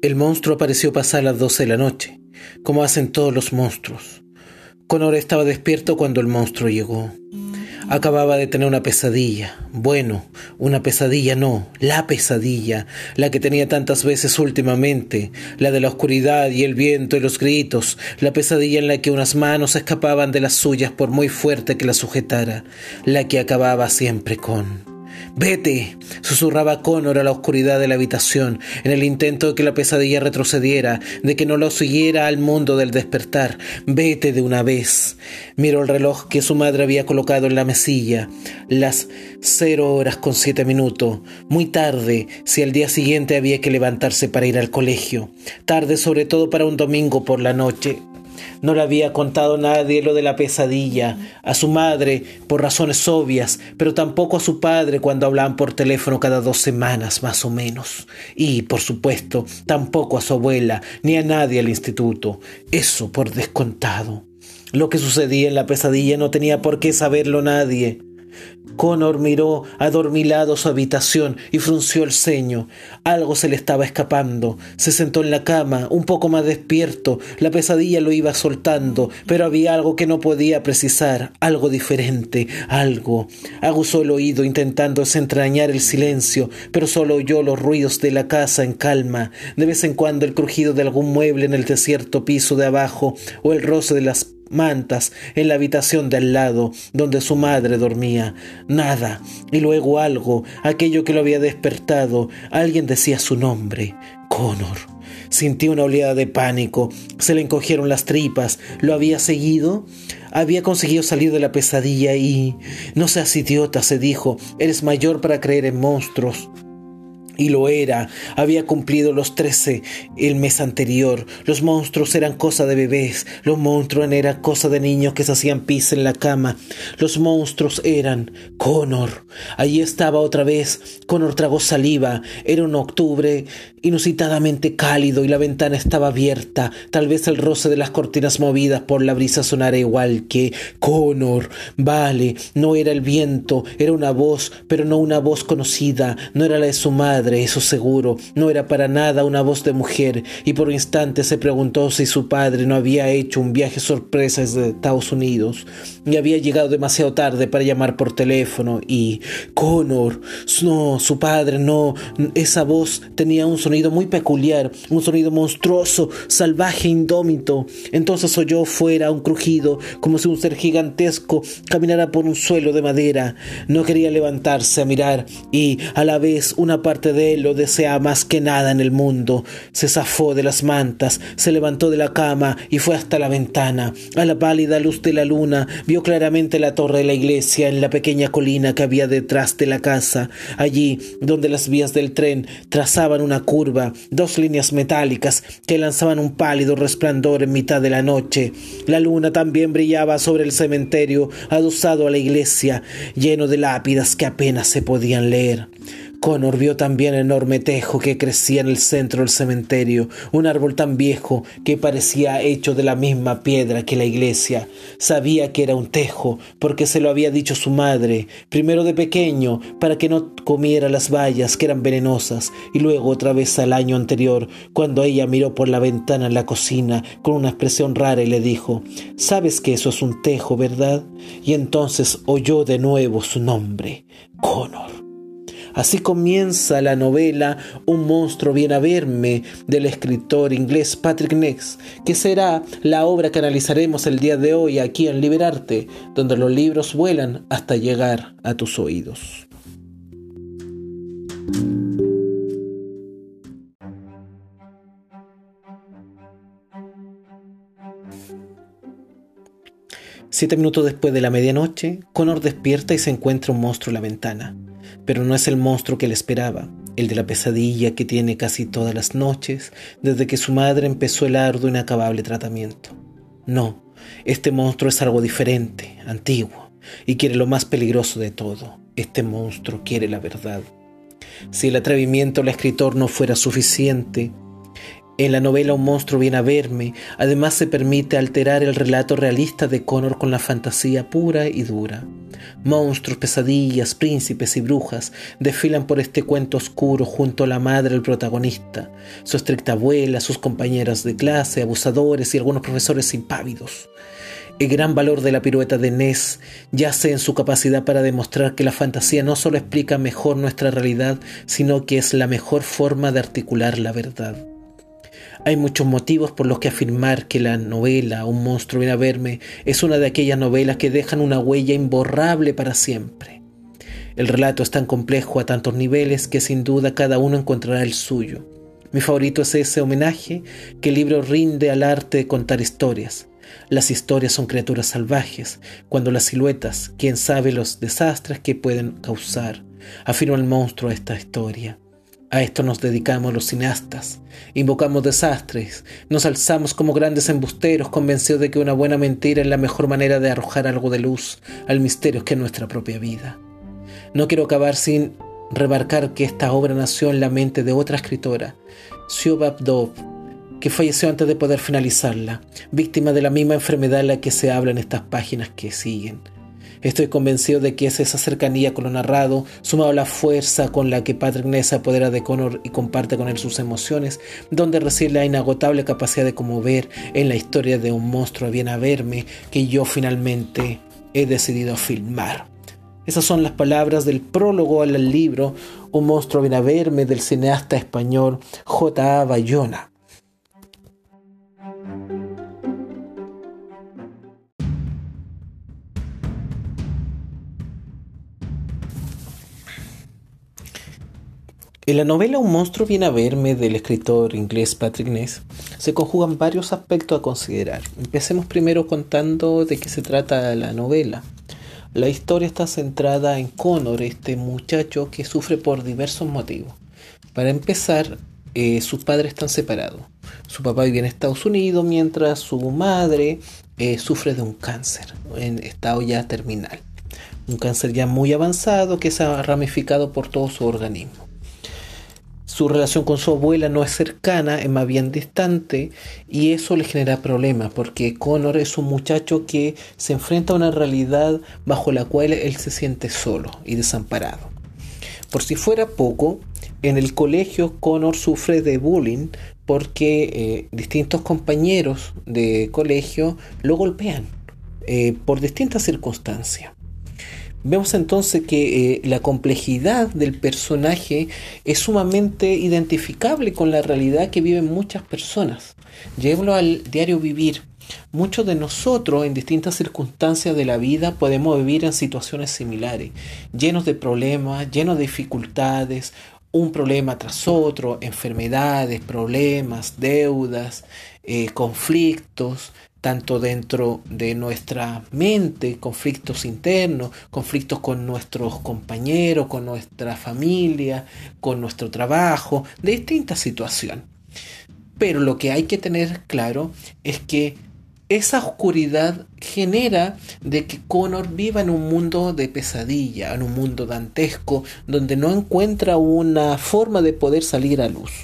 El monstruo apareció pasadas las 12 de la noche, como hacen todos los monstruos. Connor estaba despierto cuando el monstruo llegó. Acababa de tener una pesadilla. Bueno, una pesadilla no, la pesadilla, la que tenía tantas veces últimamente, la de la oscuridad y el viento y los gritos, la pesadilla en la que unas manos escapaban de las suyas por muy fuerte que la sujetara, la que acababa siempre con... «Vete», susurraba Connor a la oscuridad de la habitación, en el intento de que la pesadilla retrocediera, de que no lo siguiera al mundo del despertar. «Vete de una vez». Miró el reloj que su madre había colocado en la mesilla. Las 0:07. Muy tarde, si al día siguiente había que levantarse para ir al colegio. Tarde sobre todo para un domingo por la noche. No le había contado nadie lo de la pesadilla, a su madre por razones obvias, pero tampoco a su padre cuando hablaban por teléfono cada 2 semanas más o menos. Y, por supuesto, tampoco a su abuela, ni a nadie al instituto. Eso por descontado. Lo que sucedía en la pesadilla no tenía por qué saberlo nadie. Connor miró adormilado su habitación y frunció el ceño. Algo se le estaba escapando. Se sentó en la cama, un poco más despierto. La pesadilla lo iba soltando, pero había algo que no podía precisar, algo diferente, algo. Aguzó el oído intentando desentrañar el silencio, pero solo oyó los ruidos de la casa en calma, de vez en cuando el crujido de algún mueble en el desierto piso de abajo o el roce de las mantas en la habitación de al lado, donde su madre dormía. Nada. Y luego algo, aquello que lo había despertado. Alguien decía su nombre. Connor. Sintió una oleada de pánico. Se le encogieron las tripas. ¿Lo había seguido? Había conseguido salir de la pesadilla y... «No seas idiota», se dijo. «Eres mayor para creer en monstruos». Y lo era. Había cumplido los 13 el mes anterior. Los monstruos eran cosa de bebés. Los monstruos eran cosa de niños que se hacían pis en la cama. Los monstruos eran Connor. Allí estaba otra vez. Connor tragó saliva. Era un octubre inusitadamente cálido y la ventana estaba abierta. Tal vez el roce de las cortinas movidas por la brisa sonara igual que Connor. Vale, no era el viento, era una voz, pero no una voz conocida. No era la de su madre, eso seguro. No era para nada una voz de mujer. Y por un instante se preguntó si su padre no había hecho un viaje sorpresa desde Estados Unidos y había llegado demasiado tarde para llamar por teléfono. Y Connor, no, su padre no. Esa voz tenía un sonido muy peculiar, un sonido monstruoso, salvaje, indómito. Entonces oyó fuera un crujido, como si un ser gigantesco caminara por un suelo de madera. No quería levantarse a mirar y a la vez una parte de él lo deseaba más que nada en el mundo. Se zafó de las mantas, se levantó de la cama y fue hasta la ventana. A la pálida luz de la luna vio claramente la torre de la iglesia en la pequeña colina que había detrás de la casa. Allí donde las vías del tren trazaban una curva, 2 líneas metálicas que lanzaban un pálido resplandor en mitad de la noche. La luna también brillaba sobre el cementerio adosado a la iglesia, lleno de lápidas que apenas se podían leer. Connor vio también el enorme tejo que crecía en el centro del cementerio, un árbol tan viejo que parecía hecho de la misma piedra que la iglesia. Sabía que era un tejo porque se lo había dicho su madre, primero de pequeño para que no comiera las bayas que eran venenosas, y luego otra vez al año anterior cuando ella miró por la ventana en la cocina con una expresión rara y le dijo: «¿Sabes que eso es un tejo, verdad?». Y entonces oyó de nuevo su nombre, Connor. Así comienza la novela Un monstruo viene a verme, del escritor inglés Patrick Ness, que será la obra que analizaremos el día de hoy aquí en Liberarte, donde los libros vuelan hasta llegar a tus oídos. Siete minutos después de la medianoche, Connor despierta y se encuentra un monstruo en la ventana. Pero no es el monstruo que él esperaba, el de la pesadilla que tiene casi todas las noches desde que su madre empezó el arduo e inacabable tratamiento. No, este monstruo es algo diferente, antiguo, y quiere lo más peligroso de todo. Este monstruo quiere la verdad. Si el atrevimiento del escritor no fuera suficiente, En la novela Un monstruo viene a verme, además se permite alterar el relato realista de Connor con la fantasía pura y dura. Monstruos, pesadillas, príncipes y brujas desfilan por este cuento oscuro junto a la madre del protagonista, su estricta abuela, sus compañeras de clase, abusadores y algunos profesores impávidos. El gran valor de la pirueta de Ness yace en su capacidad para demostrar que la fantasía no solo explica mejor nuestra realidad, sino que es la mejor forma de articular la verdad. Hay muchos motivos por los que afirmar que la novela Un monstruo viene a verme es una de aquellas novelas que dejan una huella imborrable para siempre. El relato es tan complejo a tantos niveles que sin duda cada uno encontrará el suyo. Mi favorito es ese homenaje que el libro rinde al arte de contar historias. Las historias son criaturas salvajes, cuando las siluetas, quién sabe los desastres que pueden causar, afirma el monstruo a esta historia. A esto nos dedicamos los cineastas. Invocamos desastres, nos alzamos como grandes embusteros convencidos de que una buena mentira es la mejor manera de arrojar algo de luz al misterio que es nuestra propia vida. No quiero acabar sin remarcar que esta obra nació en la mente de otra escritora, Siobhan Dove, que falleció antes de poder finalizarla, víctima de la misma enfermedad en la que se habla en estas páginas que siguen. Estoy convencido de que es esa cercanía con lo narrado, sumado a la fuerza con la que Patrick Ness se apodera de Connor y comparte con él sus emociones, donde reside la inagotable capacidad de conmover en la historia de Un monstruo viene a verme, que yo finalmente he decidido filmar. Esas son las palabras del prólogo al libro Un monstruo viene a verme, del cineasta español J.A. Bayona. En la novela Un monstruo viene a verme, del escritor inglés Patrick Ness, se conjugan varios aspectos a considerar. Empecemos primero contando de qué se trata la novela. La historia está centrada en Connor, este muchacho que sufre por diversos motivos. Para empezar, sus padres están separados. Su papá vive en Estados Unidos mientras su madre sufre de un cáncer en estado ya terminal. Un cáncer ya muy avanzado que se ha ramificado por todo su organismo. Su relación con su abuela no es cercana, es más bien distante, y eso le genera problemas porque Connor es un muchacho que se enfrenta a una realidad bajo la cual él se siente solo y desamparado. Por si fuera poco, en el colegio Connor sufre de bullying porque distintos compañeros de colegio lo golpean por distintas circunstancias. Vemos entonces que la complejidad del personaje es sumamente identificable con la realidad que viven muchas personas. Llevémoslo al diario vivir. Muchos de nosotros en distintas circunstancias de la vida podemos vivir en situaciones similares, llenos de problemas, llenos de dificultades, un problema tras otro, enfermedades, problemas, deudas, conflictos, tanto dentro de nuestra mente, conflictos internos, conflictos con nuestros compañeros, con nuestra familia, con nuestro trabajo, de distintas situaciones. Pero lo que hay que tener claro es que esa oscuridad genera de que Connor viva en un mundo de pesadilla, en un mundo dantesco, donde no encuentra una forma de poder salir a luz.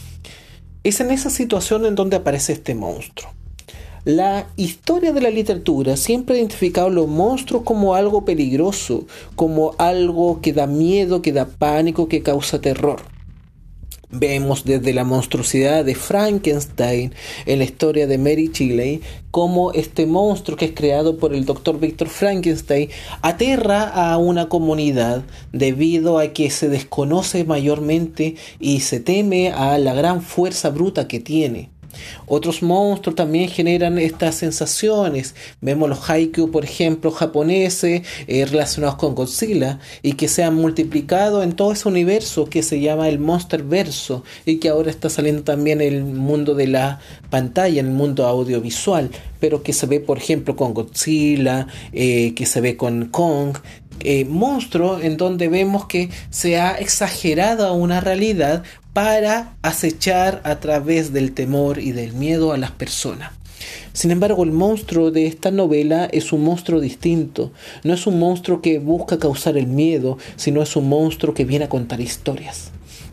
Es en esa situación en donde aparece este monstruo. La historia de la literatura siempre ha identificado a los monstruos como algo peligroso, como algo que da miedo, que da pánico, que causa terror. Vemos desde la monstruosidad de Frankenstein en la historia de Mary Shelley cómo este monstruo que es creado por el Dr. Victor Frankenstein aterra a una comunidad debido a que se desconoce mayormente y se teme a la gran fuerza bruta que tiene. Otros monstruos también generan estas sensaciones. Vemos los haiku, por ejemplo, japoneses relacionados con Godzilla y que se han multiplicado en todo ese universo que se llama el Monsterverso y que ahora está saliendo también en el mundo de la pantalla, en el mundo audiovisual, pero que se ve, por ejemplo, con Godzilla, que se ve con Kong. Monstruo en donde vemos que se ha exagerado una realidad para acechar a través del temor y del miedo a las personas. Sin embargo, el monstruo de esta novela es un monstruo distinto. No es un monstruo que busca causar el miedo, sino es un monstruo que viene a contar historias.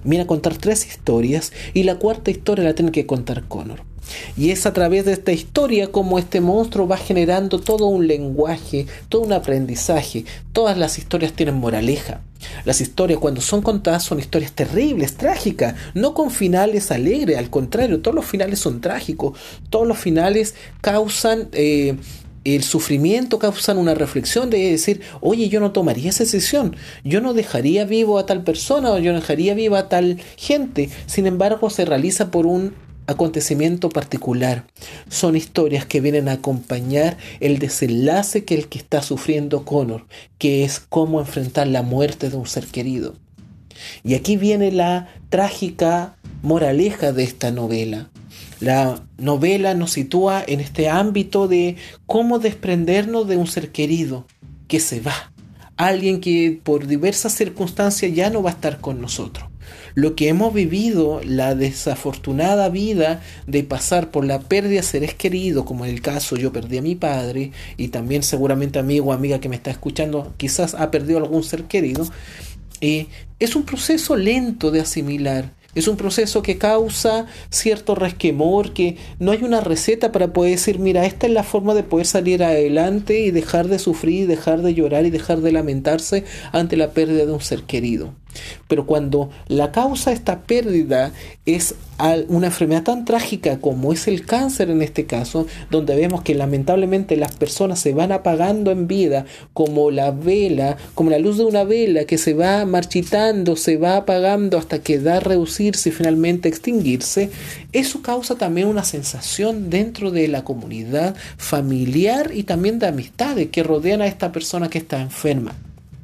viene a contar 3 historias y la cuarta historia la tiene que contar Connor. Y es a través de esta historia como este monstruo va generando todo un lenguaje, todo un aprendizaje. Todas las historias tienen moraleja. Las historias cuando son contadas son historias terribles, trágicas, no con finales alegres, al contrario, todos los finales son trágicos, todos los finales causan el sufrimiento, causan una reflexión de decir, oye, yo no tomaría esa decisión, yo no dejaría vivo a tal persona o yo no dejaría viva a tal gente. Sin embargo, se realiza por un acontecimiento particular. Son historias que vienen a acompañar el desenlace que el que está sufriendo Connor, que es cómo enfrentar la muerte de un ser querido. Y aquí viene la trágica moraleja de esta novela. La novela nos sitúa en este ámbito de cómo desprendernos de un ser querido que se va. Alguien que por diversas circunstancias ya no va a estar con nosotros. Lo que hemos vivido, la desafortunada vida de pasar por la pérdida de seres queridos, como en el caso yo perdí a mi padre, y también seguramente amigo o amiga que me está escuchando quizás ha perdido algún ser querido, es un proceso lento de asimilar. Es un proceso que causa cierto resquemor, que no hay una receta para poder decir, mira, esta es la forma de poder salir adelante y dejar de sufrir, dejar de llorar y dejar de lamentarse ante la pérdida de un ser querido. Pero cuando la causa de esta pérdida es una enfermedad tan trágica como es el cáncer en este caso, donde vemos que lamentablemente las personas se van apagando en vida como la vela, como la luz de una vela que se va marchitando, se va apagando hasta quedar reducirse y finalmente extinguirse, eso causa también una sensación dentro de la comunidad familiar y también de amistades que rodean a esta persona que está enferma.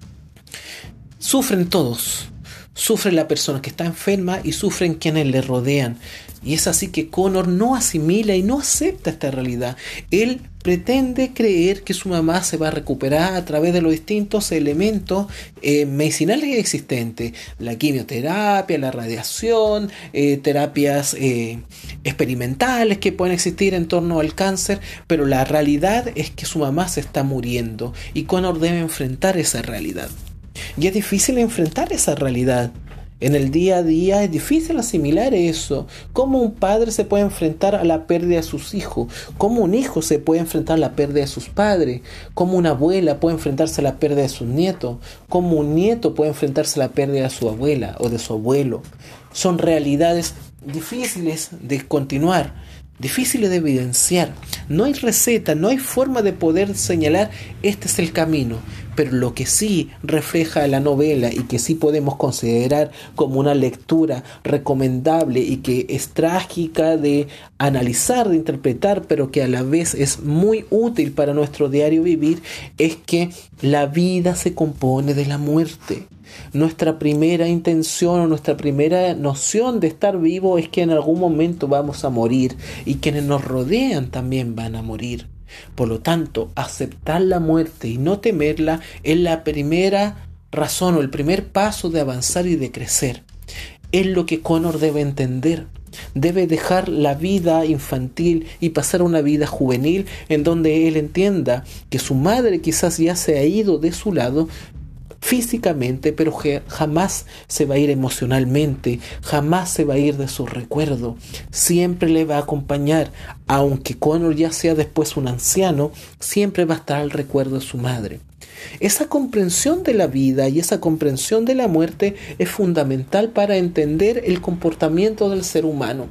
Sufren todos, sufre la persona que está enferma y sufren quienes le rodean. Y es así que Connor no asimila y no acepta esta realidad. Él pretende creer que su mamá se va a recuperar a través de los distintos elementos medicinales existentes. La quimioterapia, la radiación, terapias experimentales que pueden existir en torno al cáncer. Pero la realidad es que su mamá se está muriendo y Connor debe enfrentar esa realidad. Y es difícil enfrentar esa realidad. En el día a día es difícil asimilar eso. ¿Cómo un padre se puede enfrentar a la pérdida de sus hijos? ¿Cómo un hijo se puede enfrentar a la pérdida de sus padres? ¿Cómo una abuela puede enfrentarse a la pérdida de sus nietos? ¿Cómo un nieto puede enfrentarse a la pérdida de su abuela o de su abuelo? Son realidades difíciles de continuar, difíciles de evidenciar. No hay receta, no hay forma de poder señalar este es el camino. Pero lo que sí refleja la novela y que sí podemos considerar como una lectura recomendable y que es trágica de analizar, de interpretar, pero que a la vez es muy útil para nuestro diario vivir, es que la vida se compone de la muerte. Nuestra primera intención o nuestra primera noción de estar vivo es que en algún momento vamos a morir y quienes nos rodean también van a morir. Por lo tanto, aceptar la muerte y no temerla es la primera razón o el primer paso de avanzar y de crecer. Es lo que Connor debe entender. Debe dejar la vida infantil y pasar a una vida juvenil en donde él entienda que su madre quizás ya se ha ido de su lado físicamente, pero jamás se va a ir emocionalmente, jamás se va a ir de su recuerdo. Siempre le va a acompañar, aunque Connor ya sea después un anciano, siempre va a estar el recuerdo de su madre. Esa comprensión de la vida y esa comprensión de la muerte es fundamental para entender el comportamiento del ser humano.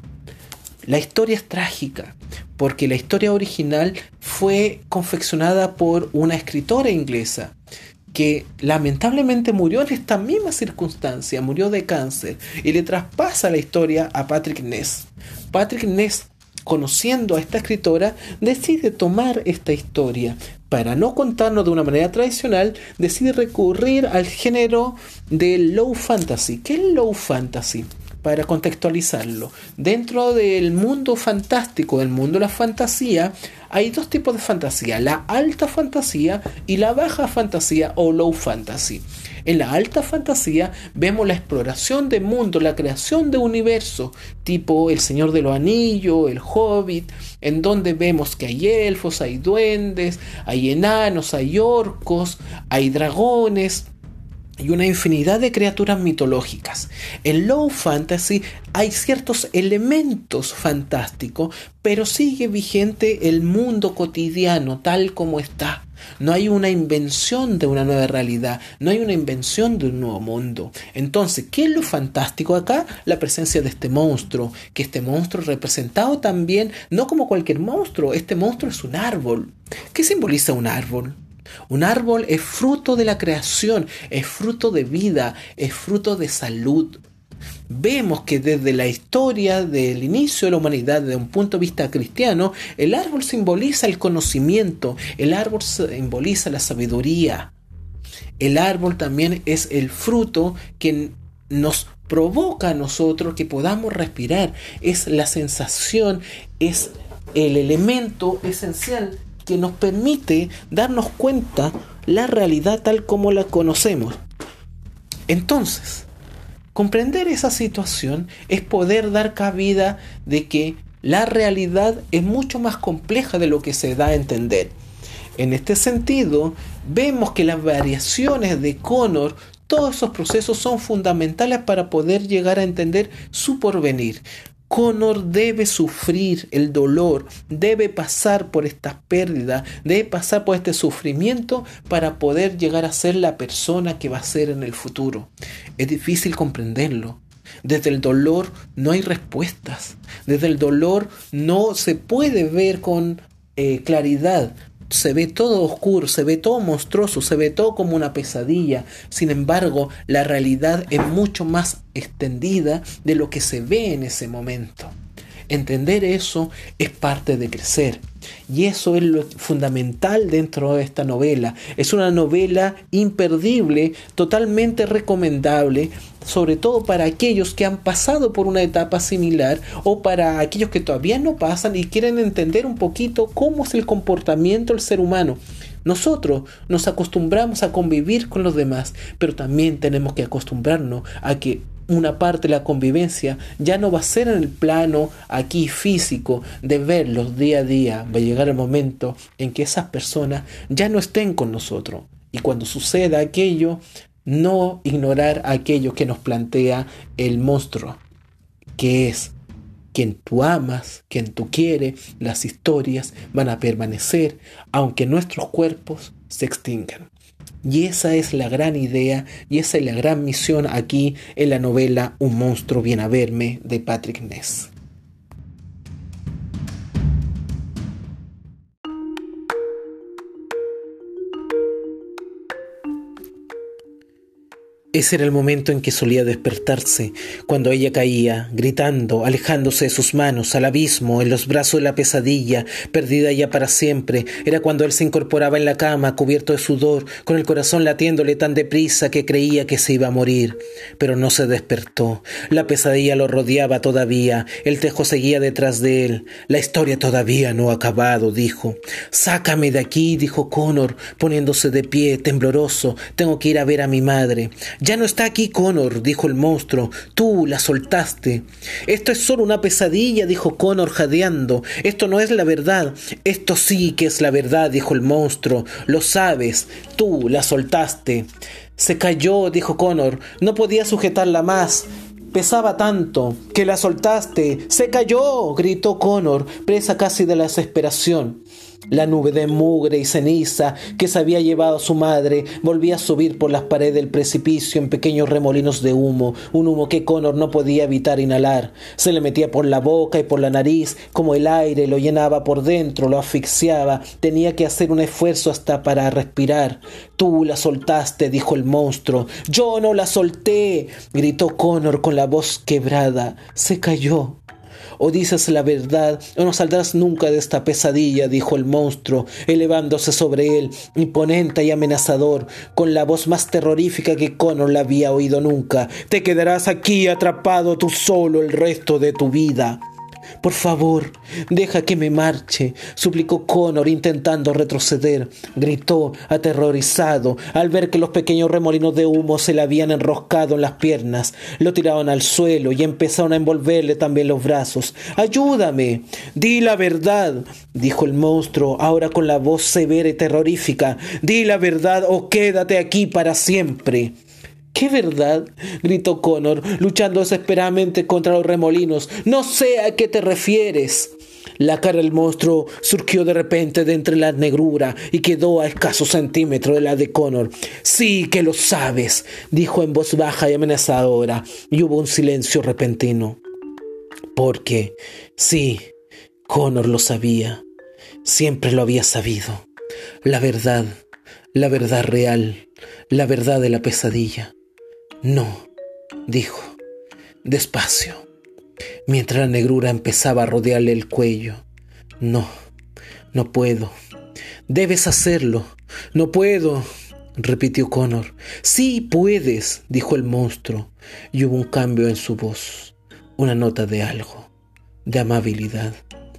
La historia es trágica, porque la historia original fue confeccionada por una escritora inglesa, que lamentablemente murió en esta misma circunstancia, murió de cáncer, y le traspasa la historia a Patrick Ness. Patrick Ness, conociendo a esta escritora, decide tomar esta historia. Para no contarnos de una manera tradicional, decide recurrir al género de low fantasy. ¿Qué es low fantasy? Para contextualizarlo, dentro del mundo fantástico, del mundo de la fantasía, hay dos tipos de fantasía: la alta fantasía y la baja fantasía o low fantasy. En la alta fantasía vemos la exploración de mundo, la creación de universo, tipo El Señor de los Anillos, El Hobbit, en donde vemos que hay elfos, hay duendes, hay enanos, hay orcos, hay dragones. y una infinidad de criaturas mitológicas. En low fantasy hay ciertos elementos fantásticos, pero sigue vigente el mundo cotidiano tal como está. No hay una invención de una nueva realidad, no hay una invención de un nuevo mundo. Entonces, ¿qué es lo fantástico acá? La presencia de este monstruo, que este monstruo es representado también, no como cualquier monstruo, este monstruo es un árbol. ¿Qué simboliza un árbol? Un árbol es fruto de la creación, es fruto de vida, es fruto de salud. Vemos que desde la historia del inicio de la humanidad, desde un punto de vista cristiano, el árbol simboliza el conocimiento, el árbol simboliza la sabiduría. El árbol también es el fruto que nos provoca a nosotros que podamos respirar. Es la sensación, es el elemento esencial que nos permite darnos cuenta la realidad tal como la conocemos. Entonces, comprender esa situación es poder dar cabida de que la realidad es mucho más compleja de lo que se da a entender. En este sentido, vemos que las variaciones de Connor, todos esos procesos son fundamentales para poder llegar a entender su porvenir. Connor debe sufrir el dolor, debe pasar por estas pérdidas, debe pasar por este sufrimiento para poder llegar a ser la persona que va a ser en el futuro. Es difícil comprenderlo. Desde el dolor no hay respuestas. Desde el dolor no se puede ver con claridad. Se ve todo oscuro, se ve todo monstruoso, se ve todo como una pesadilla. Sin embargo, la realidad es mucho más extendida de lo que se ve en ese momento. Entender eso es parte de crecer. Y eso es lo fundamental dentro de esta novela. Es una novela imperdible, totalmente recomendable, sobre todo para aquellos que han pasado por una etapa similar o para aquellos que todavía no pasan y quieren entender un poquito cómo es el comportamiento del ser humano. Nosotros nos acostumbramos a convivir con los demás, pero también tenemos que acostumbrarnos a que una parte de la convivencia ya no va a ser en el plano aquí físico de verlos día a día. Va a llegar el momento en que esas personas ya no estén con nosotros. Y cuando suceda aquello, no ignorar aquello que nos plantea el monstruo, que es quien tú amas, quien tú quieres. Las historias van a permanecer aunque nuestros cuerpos se extingan. Y esa es la gran idea y esa es la gran misión aquí en la novela Un monstruo viene a verme de Patrick Ness. Ese era el momento en que solía despertarse, cuando ella caía, gritando, alejándose de sus manos, al abismo, en los brazos de la pesadilla, perdida ya para siempre. Era cuando él se incorporaba en la cama, cubierto de sudor, con el corazón latiéndole tan deprisa que creía que se iba a morir. Pero no se despertó. La pesadilla lo rodeaba todavía. El tejo seguía detrás de él. La historia todavía no ha acabado, dijo. «Sácame de aquí», dijo Connor, poniéndose de pie, tembloroso. «Tengo que ir a ver a mi madre». «Ya no está aquí, Connor», dijo el monstruo. «Tú la soltaste». «Esto es solo una pesadilla», dijo Connor jadeando. «Esto no es la verdad». «Esto sí que es la verdad», dijo el monstruo. «Lo sabes. Tú la soltaste». «Se cayó», dijo Connor. «No podía sujetarla más. Pesaba tanto». «Que la soltaste». «Se cayó», gritó Connor, presa casi de la desesperación. La nube de mugre y ceniza que se había llevado a su madre volvía a subir por las paredes del precipicio en pequeños remolinos de humo, un humo que Connor no podía evitar inhalar. Se le metía por la boca y por la nariz, como el aire lo llenaba por dentro, lo asfixiaba. Tenía que hacer un esfuerzo hasta para respirar. «Tú la soltaste», dijo el monstruo. «Yo no la solté», gritó Connor con la voz quebrada. «Se cayó». «O dices la verdad o no saldrás nunca de esta pesadilla», dijo el monstruo, elevándose sobre él, imponente y amenazador, con la voz más terrorífica que Connor la había oído nunca. «Te quedarás aquí atrapado tú solo el resto de tu vida». «Por favor, deja que me marche», suplicó Connor intentando retroceder. Gritó, aterrorizado, al ver que los pequeños remolinos de humo se le habían enroscado en las piernas. Lo tiraron al suelo y empezaron a envolverle también los brazos. «¡Ayúdame! Di la verdad», dijo el monstruo, ahora con la voz severa y terrorífica. «Di la verdad o quédate aquí para siempre». ¿Qué verdad?, gritó Connor, luchando desesperadamente contra los remolinos. No sé a qué te refieres. La cara del monstruo surgió de repente de entre la negrura y quedó a escasos centímetros de la de Connor. Sí que lo sabes, dijo en voz baja y amenazadora, y hubo un silencio repentino. Porque, sí, Connor lo sabía. Siempre lo había sabido. La verdad real, la verdad de la pesadilla. No, dijo, despacio, mientras la negrura empezaba a rodearle el cuello. No puedo. Debes hacerlo. No puedo, repitió Connor. Sí puedes, dijo el monstruo, y hubo un cambio en su voz, una nota de algo, de amabilidad.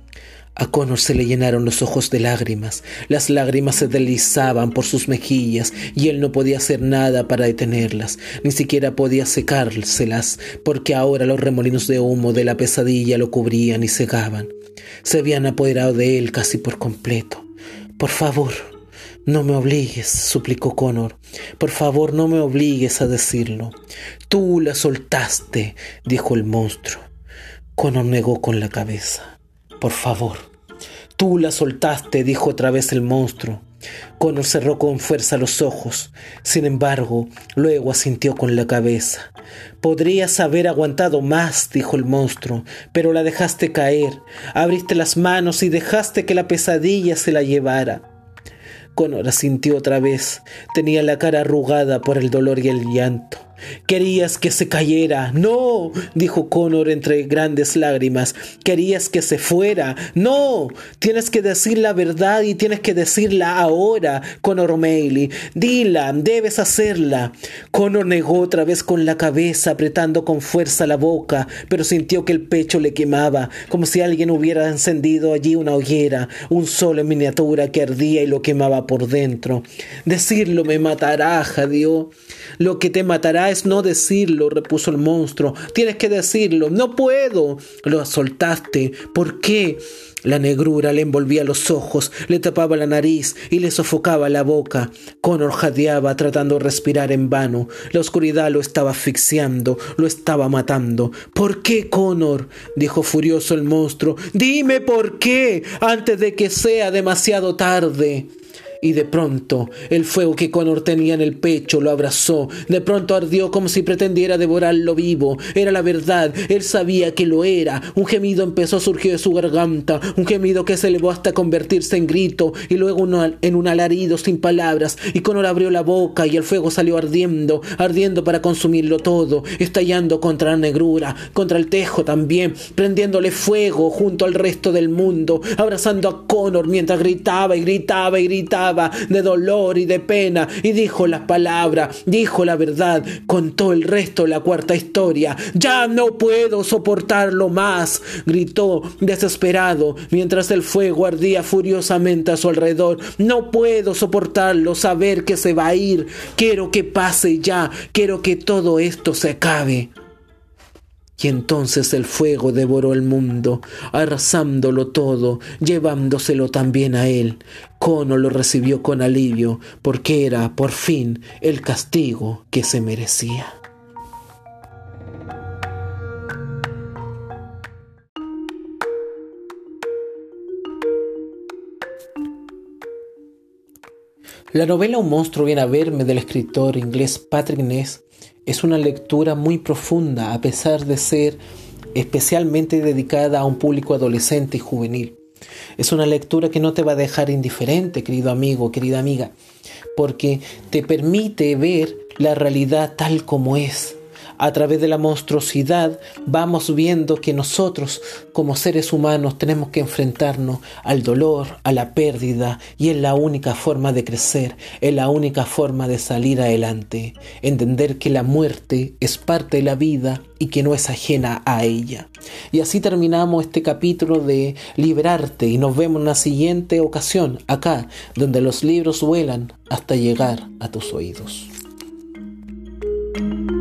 A Connor se le llenaron los ojos de lágrimas. Las lágrimas se deslizaban por sus mejillas y él no podía hacer nada para detenerlas, ni siquiera podía secárselas, porque ahora los remolinos de humo de la pesadilla lo cubrían y cegaban. Se habían apoderado de él casi por completo. Por favor, no me obligues, suplicó Connor. Por favor, no me obligues a decirlo. Tú la soltaste, dijo el monstruo. Connor negó con la cabeza. Por favor. Tú la soltaste, dijo otra vez el monstruo. Connor cerró con fuerza los ojos. Sin embargo, luego asintió con la cabeza. Podrías haber aguantado más, dijo el monstruo, pero la dejaste caer. Abriste las manos y dejaste que la pesadilla se la llevara. Connor asintió otra vez. Tenía la cara arrugada por el dolor y el llanto. Querías que se cayera. No, dijo Connor entre grandes lágrimas. Querías que se fuera. No, tienes que decir la verdad y tienes que decirla ahora, Connor O'Malley. Dila, debes hacerla. Connor negó otra vez con la cabeza, apretando con fuerza la boca, pero sintió que el pecho le quemaba, como si alguien hubiera encendido allí una hoguera, un sol en miniatura que ardía y lo quemaba por dentro. Decirlo me matará, jadeó. Lo que te matará es no decirlo, repuso el monstruo. Tienes que decirlo. No puedo. Lo soltaste. ¿Por qué? La negrura le envolvía los ojos, le tapaba la nariz y le sofocaba la boca. Connor jadeaba tratando de respirar en vano. La oscuridad lo estaba asfixiando, lo estaba matando. ¿Por qué, Connor?, dijo furioso el monstruo. Dime por qué, antes de que sea demasiado tarde. Y de pronto el fuego que Connor tenía en el pecho lo abrazó. De pronto ardió como si pretendiera devorarlo vivo. Era la verdad, él sabía que lo era. Un gemido empezó a surgir de su garganta, un gemido que se elevó hasta convertirse en grito y luego en un alarido sin palabras. Y Connor abrió la boca y el fuego salió ardiendo para consumirlo todo, estallando contra la negrura, contra el tejo también, prendiéndole fuego junto al resto del mundo, abrazando a Connor mientras gritaba y gritaba y gritaba de dolor y de pena, y dijo las palabras, dijo la verdad, contó el resto de la cuarta historia. Ya no puedo soportarlo más, gritó desesperado mientras el fuego ardía furiosamente a su alrededor. No puedo soportarlo, saber que se va a ir. Quiero que pase ya, quiero que todo esto se acabe. Y entonces el fuego devoró el mundo, arrasándolo todo, llevándoselo también a él. Connor lo recibió con alivio, porque era, por fin, el castigo que se merecía. La novela Un monstruo viene a verme del escritor inglés Patrick Ness es una lectura muy profunda, a pesar de ser especialmente dedicada a un público adolescente y juvenil. Es una lectura que no te va a dejar indiferente, querido amigo, querida amiga, porque te permite ver la realidad tal como es. A través de la monstruosidad vamos viendo que nosotros como seres humanos tenemos que enfrentarnos al dolor, a la pérdida, y es la única forma de crecer, es la única forma de salir adelante. Entender que la muerte es parte de la vida y que no es ajena a ella. Y así terminamos este capítulo de Liberarte y nos vemos en una siguiente ocasión acá, donde los libros vuelan hasta llegar a tus oídos.